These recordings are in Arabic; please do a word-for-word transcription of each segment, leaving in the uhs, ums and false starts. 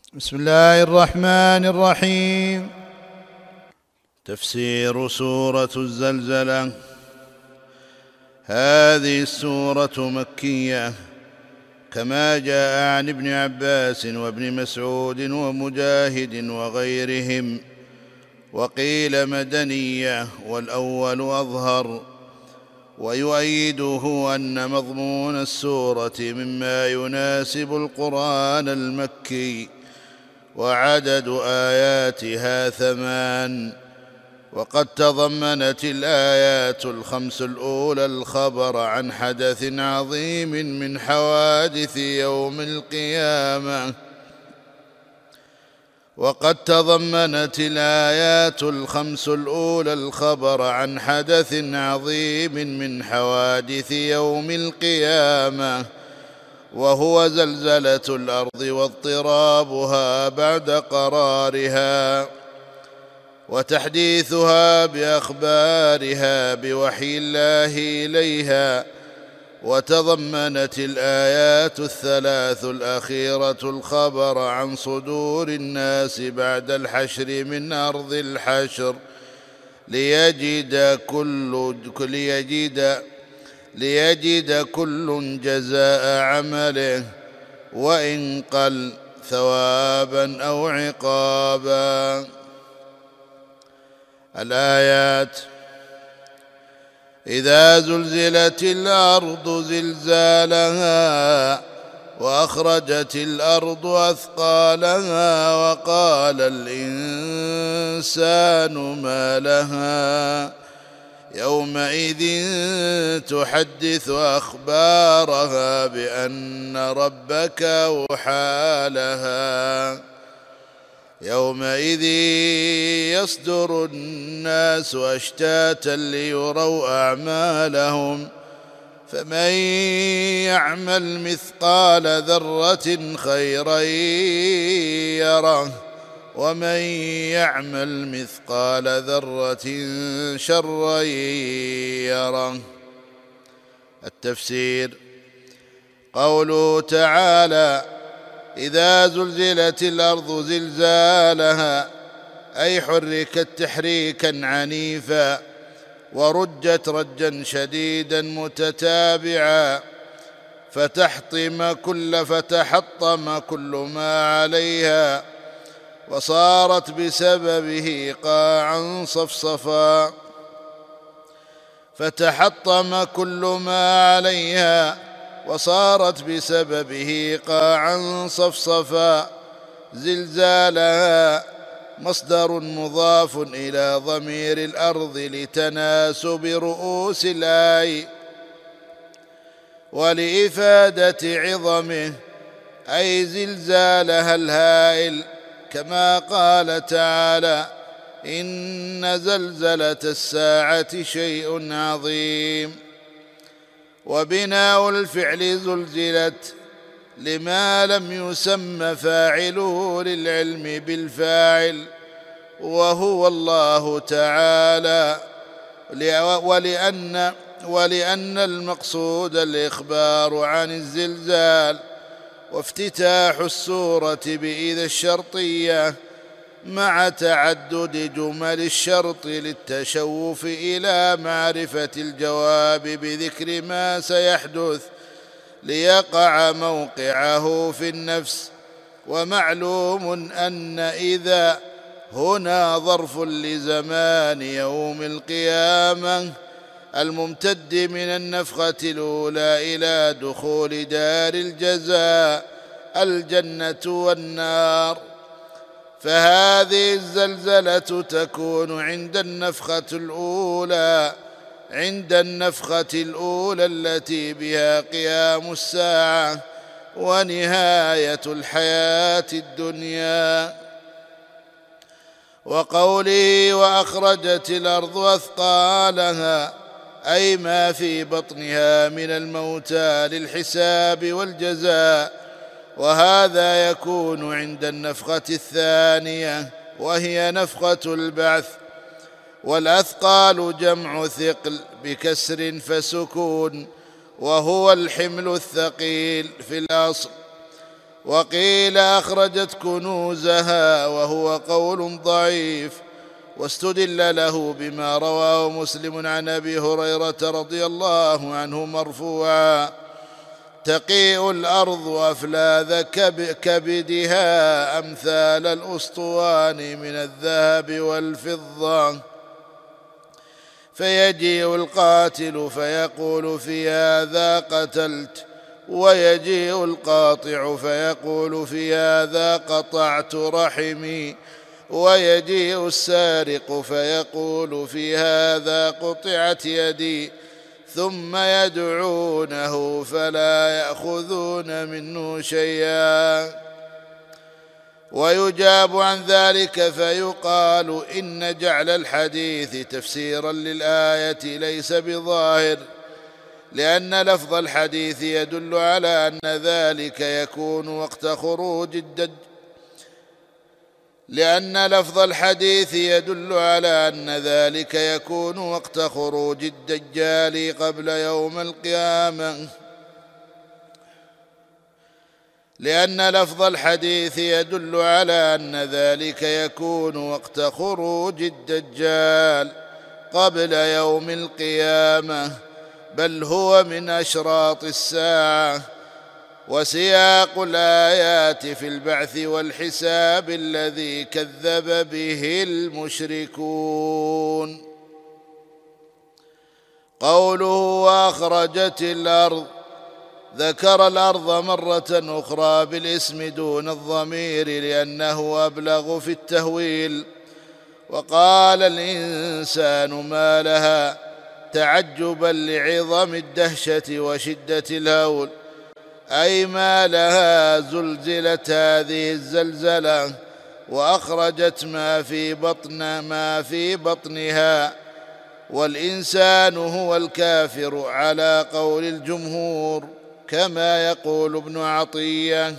بسم الله الرحمن الرحيم. تفسير سورة الزلزلة. هذه السورة مكية كما جاء عن ابن عباس وابن مسعود ومجاهد وغيرهم، وقيل مدنية والأول أظهر، ويؤيده أن مضمون السورة مما يناسب القرآن المكي، وعدد آياتها ثمان. وقد تضمنت الآيات الخمس الأولى الخبر عن حدث عظيم من حوادث يوم القيامة وقد تضمنت الآيات الخمس الأولى الخبر عن حدث عظيم من حوادث يوم القيامة، وهو زلزلة الأرض واضطرابها بعد قرارها، وتحديثها بأخبارها بوحي الله إليها. وتضمنت الآيات الثلاث الأخيرة الخبر عن صدور الناس بعد الحشر من أرض الحشر، ليجد كل ليجد ليجد كل جزاء عمله، وإن قل ثوابا أو عقابا. الآيات: إذا زلزلت الأرض زلزالها وأخرجت الأرض أثقالها وقال الإنسان ما لها يومئذ تحدث أخبارها بأن ربك أوحى لها. يومئذ يصدر الناس أشتاتا ليروا أعمالهم، فمن يعمل مثقال ذرة خيرا يره، ومن يعمل مثقال ذرة شرا يره. التفسير: قوله تعالى: إذا زلزلت الأرض زلزالها، أي حركت تحريكا عنيفا ورجت رجا شديدا متتابعا، فتحطم كل فتحطم كل ما عليها، وصارت بسببه قاعا صفصفا. فتحطم كل ما عليها وصارت بسببه قاعا صفصفا. زلزالها مصدر مضاف إلى ضمير الأرض لتناسب رؤوس الآي ولإفادة عظمه، أي زلزالها الهائل، كما قال تعالى: إن زلزلة الساعة شيء عظيم. وبناء الفعل زلزلت لما لم يسم فاعله للعلم بالفاعل، وهو الله تعالى، ولأن, ولأن المقصود الإخبار عن الزلزال، وافتتاح السورة بإذا الشرطية مع تعدد جمل الشرط للتشوف إلى معرفة الجواب بذكر ما سيحدث ليقع موقعه في النفس. ومعلوم أن إذا هنا ظرف لزمان يوم القيامة الممتد من النفخة الأولى إلى دخول دار الجزاء الجنة والنار، فهذه الزلزلة تكون عند النفخة الأولى عند النفخة الأولى التي بها قيام الساعة ونهاية الحياة الدنيا. وقوله: وأخرجت الأرض أثقالها، أي ما في بطنها من الموتى للحساب والجزاء، وهذا يكون عند النفخة الثانية وهي نفخة البعث. والأثقال جمع ثقل بكسر فسكون، وهو الحمل الثقيل في الأصل. وقيل أخرجت كنوزها، وهو قول ضعيف، واستدل له بما رواه مسلم عن أبي هريرة رضي الله عنه مرفوعا: تقيء الأرض أفلاذ كبدها أمثال الأسطوان من الذهب والفضة، فيجيء القاتل فيقول في هذا قتلت، ويجيء القاطع فيقول في هذا قطعت رحمي، ويجيء السارق فيقول في هذا قطعت يدي، ثم يدعونه فلا يأخذون منه شيئا. ويجاب عن ذلك فيقال إن جعل الحديث تفسيرا للآية ليس بظاهر، لأن لفظ الحديث يدل على أن ذلك يكون وقت خروج الدجال لأن لفظ الحديث يدل على أن ذلك يكون وقت خروج الدجال قبل يوم القيامة لأن لفظ الحديث يدل على أن ذلك يكون وقت خروج الدجال قبل يوم القيامة، بل هو من أشراط الساعة. وسياق الآيات في البعث والحساب الذي كذب به المشركون. قوله وأخرجت الأرض، ذكر الأرض مرة أخرى بالاسم دون الضمير لأنه أبلغ في التهويل. وقال الإنسان ما لها تعجبا لعظم الدهشة وشدة الهول، أي ما لها زلزلت هذه الزلزلة وأخرجت ما في بطن ما في بطنها. والإنسان هو الكافر على قول الجمهور كما يقول ابن عطية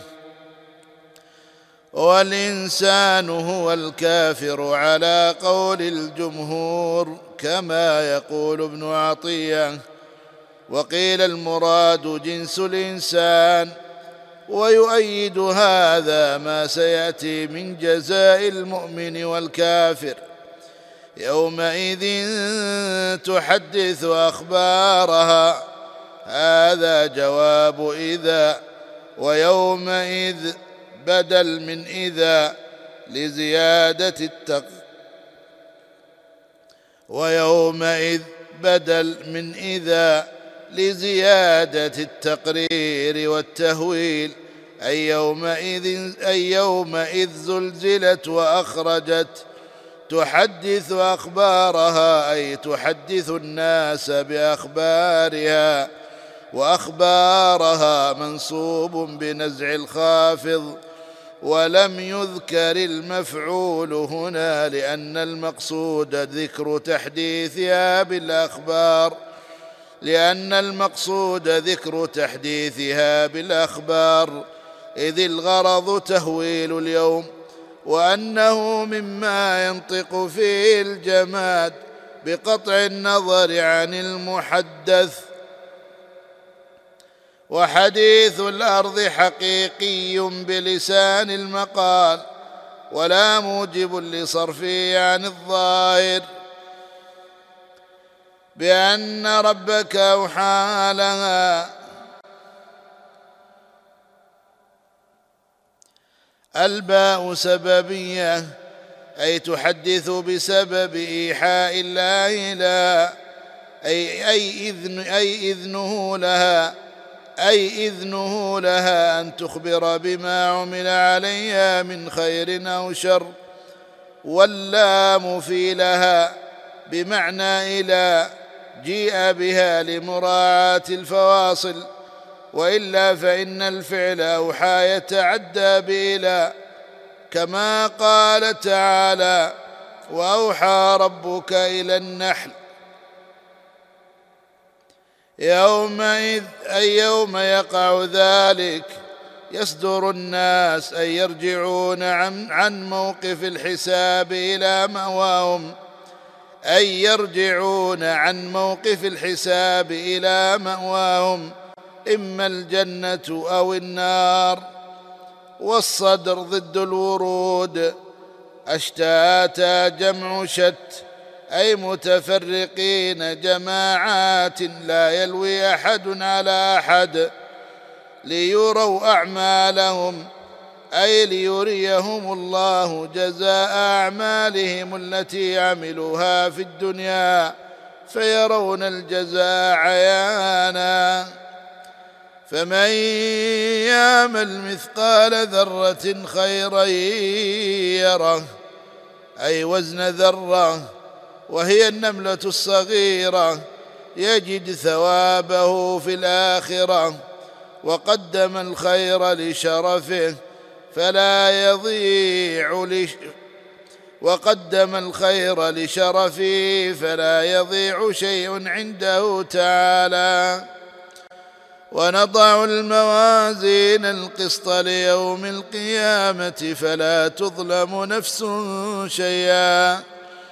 والإنسان هو الكافر على قول الجمهور كما يقول ابن عطية. وقيل المراد جنس الإنسان. ويؤيد هذا ما سيأتي من جزاء المؤمن والكافر: يومئذ تحدث أخبارها، هذا جواب إذا، ويومئذ بدل من إذا لزيادة التق ويومئذ بدل من إذا لزيادة التقرير والتهويل، أي يومئذ, أي يومئذ زلزلت وأخرجت تحدث أخبارها، أي تحدث الناس بأخبارها. وأخبارها منصوب بنزع الخافض، ولم يذكر المفعول هنا لأن المقصود ذكر تحديثها بالأخبار لأن المقصود ذكر تحديثها بالأخبار إذ الغرض تهويل اليوم، وأنه مما ينطق فيه الجماد بقطع النظر عن المحدث. وحديث الأرض حقيقي بلسان المقال، ولا موجب لصرفه عن الظاهر، بأن ربك أوحى لها. الباء سببية، أي تحدث بسبب إيحاء الله لها، أي, أي, إذن أي إذنه لها أي إذنه لها أن تخبر بما عمل عليها من خير أو شر. واللام في لها بمعنى إلى، جيء بها لمراعاة الفواصل، وإلا فإن الفعل أوحى يتعدى بإلى، كما قال تعالى: وأوحى ربك إلى النحل. يومئذ أي يوم يقع ذلك يصدر الناس أي يرجعون عن, عن موقف الحساب إلى مأواهم أي يرجعون عن موقف الحساب إلى مأواهم، إما الجنة أو النار. والصدر ضد الورود. أشتاتا جمع شت أي متفرقين جماعات لا يلوي أحد على أحد، ليروا أعمالهم أي ليريهم الله جزاء أعمالهم التي عملوها في الدنيا فيرون الجزاء عيانا. فمن يعمل مثقال ذرة خيرا يره أي وزن ذرة وهي النملة الصغيرة يجد ثوابه في الآخرة. وقدم الخير لشرفه فلا يضيع لش وقدم الخير لشرفه فلا يضيع شيء عنده تعالى. ونضع الموازين القسط ليوم القيامة فلا تظلم نفس شيئا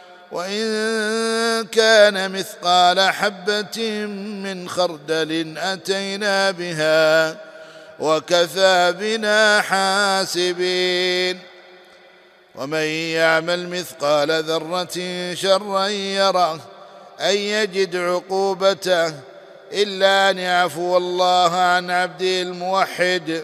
وإن كان مثقال حبة من خردل أتينا بها وكفى بنا حاسبين. ومن يعمل مثقال ذرة شرا يره أي يجد عقوبته إلا أن يعفو الله عن عبده الموحد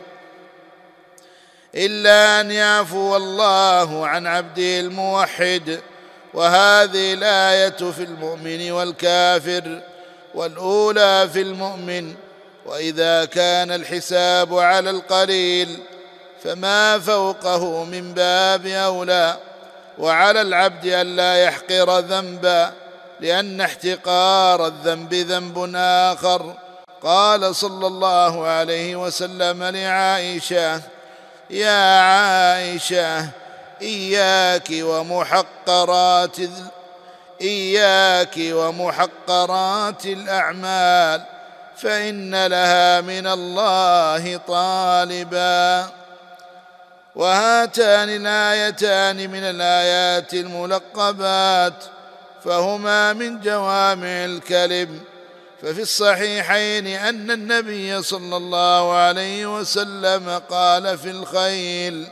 إلا أن يعفو الله عن عبده الموحد. وهذه الآية في المؤمن والكافر والأولى في المؤمن. وإذا كان الحساب على القليل فما فوقه من باب أولى. وعلى العبد ألا يحقر ذنبا لأن احتقار الذنب ذنب آخر. قال صلى الله عليه وسلم لعائشة: يا عائشة إياك ومحقرات إياك ومحقرات الأعمال فإن لها من الله طالبا. وهاتان الآيتان من الآيات الملقبات فهما من جوامع الكلم. ففي الصحيحين أن النبي صلى الله عليه وسلم قال في الخيل: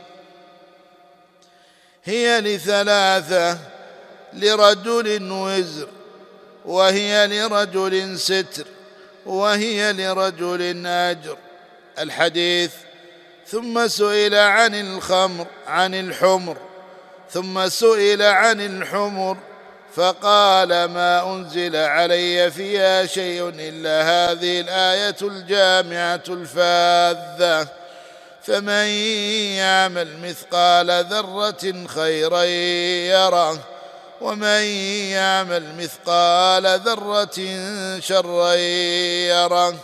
هي لثلاثة، لرجل وزر، وهي لرجل ستر، وهي لرجل أجر. الحديث. ثم سئل عن الخمر عن الحمر ثم سئل عن الحمر فقال: ما أنزل علي فيها شيء إلا هذه الآية الجامعة الفاذة. فمن يعمل مثقال ذرة خيرا يره ومن يعمل مثقال ذرة شرا يره.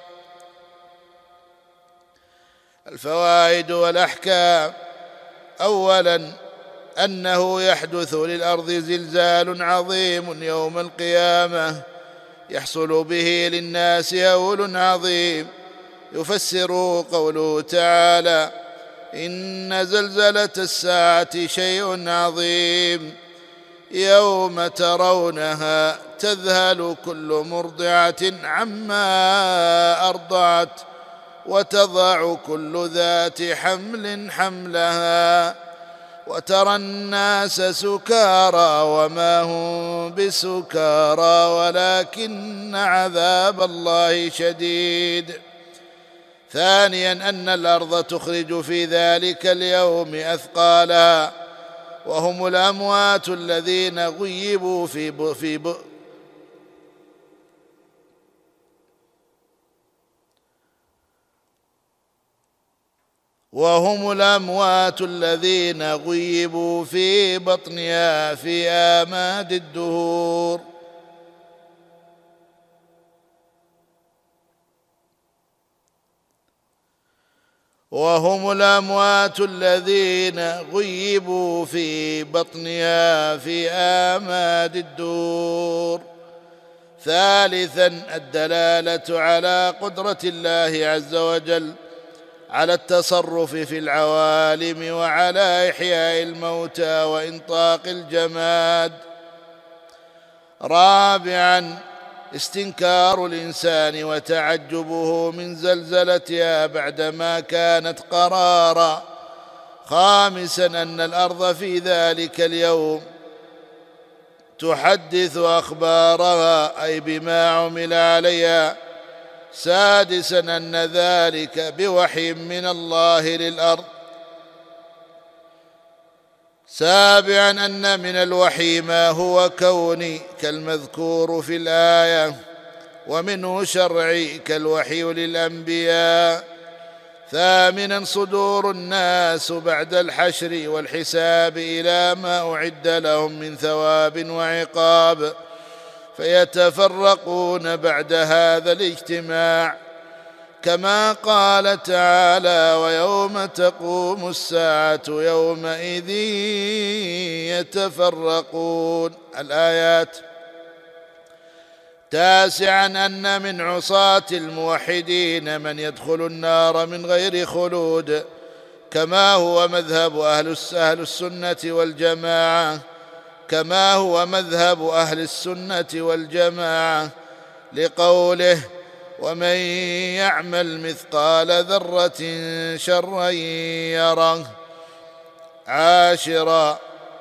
الفوائد والأحكام. أولا أنه يحدث للأرض زلزال عظيم يوم القيامة يحصل به للناس هول عظيم يفسر قوله تعالى: إن زلزلة الساعة شيء عظيم يوم ترونها تذهل كل مرضعة عما أرضعت وتضع كل ذات حمل حملها وترى الناس سكارى وما هم بسكارى ولكن عذاب الله شديد. ثانيا أن الأرض تخرج في ذلك اليوم أثقالها وهم الأموات الذين غيبوا في ب... في ب... وهم الأموات الذين غيبوا في بطنها في آماد الدهور. وهم الأموات الذين غيبوا في بطنها في آماد الدور. ثالثا الدلالة على قدرة الله عز وجل على التصرف في العوالم وعلى إحياء الموتى وإنطاق الجماد. رابعا استنكار الإنسان وتعجبه من زلزلتها بعدما كانت قرارا خامسا أن الأرض في ذلك اليوم تحدث أخبارها أي بما عمل عليها. سادسا أن ذلك بوحي من الله للأرض. سابعا أن من الوحي ما هو كوني كالمذكور في الآية، ومنه شرعي كالوحي للأنبياء. ثامنا صدور الناس بعد الحشر والحساب إلى ما أعد لهم من ثواب وعقاب، فيتفرقون بعد هذا الاجتماع، كما قال تعالى: ويوم تقوم الساعة يومئذ يتفرقون. الآيات. تاسعا أن من عصاة الموحدين من يدخل النار من غير خلود، كما هو مذهب أهل السنة والجماعة كما هو مذهب أهل السنة والجماعة لقوله: ومن يعمل مثقال ذرة شرا يره. عاشرا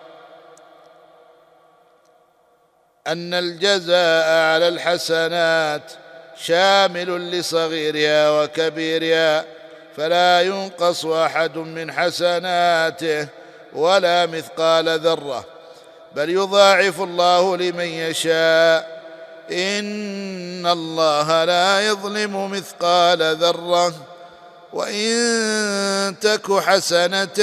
أن الجزاء على الحسنات شامل لصغيرها وكبيرها، فلا ينقص أحد من حسناته ولا مثقال ذرة، بل يضاعف الله لمن يشاء. إن الله لا يظلم مثقال ذرة، وإن تك حسنة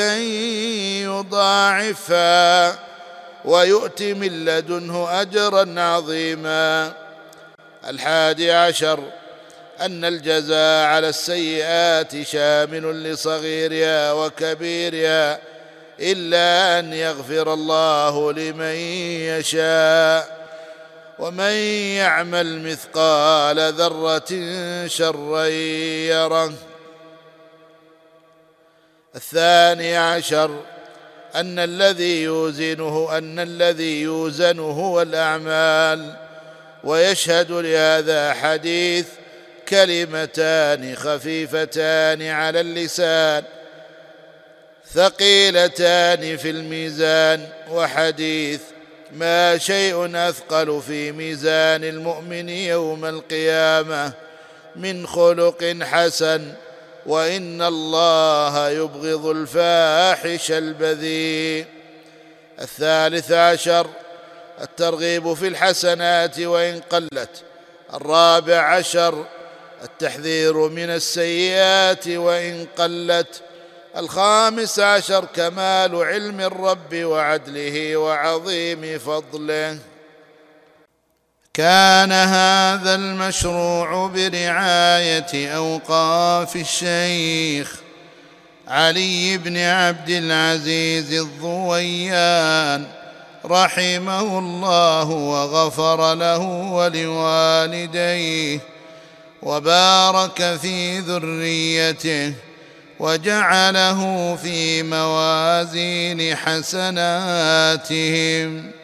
يضاعفها ويؤت من لدنه أجرا عظيما. الحادي عشر أن الجزاء على السيئات شامل لصغيرها وكبيرها، إلا أن يغفر الله لمن يشاء. ومن يعمل مثقال ذرة شرا يره. الثاني عشر أن الذي يوزنه أن الذي يوزن هو الأعمال، ويشهد لهذا حديث: كلمتان خفيفتان على اللسان ثقيلتان في الميزان. وحديث: ما شيء أثقل في ميزان المؤمن يوم القيامة من خلق حسن، وإن الله يبغض الفاحش البذيء. الثالث عشر الترغيب في الحسنات وإن قلت. الرابع عشر التحذير من السيئات وإن قلت. الخامس عشر كمال علم الرب وعدله وعظيم فضله. كان هذا المشروع برعاية أوقاف الشيخ علي بن عبد العزيز الضويان رحمه الله، وغفر له ولوالديه، وبارك في ذريته، وجعله في موازين حسناتهم.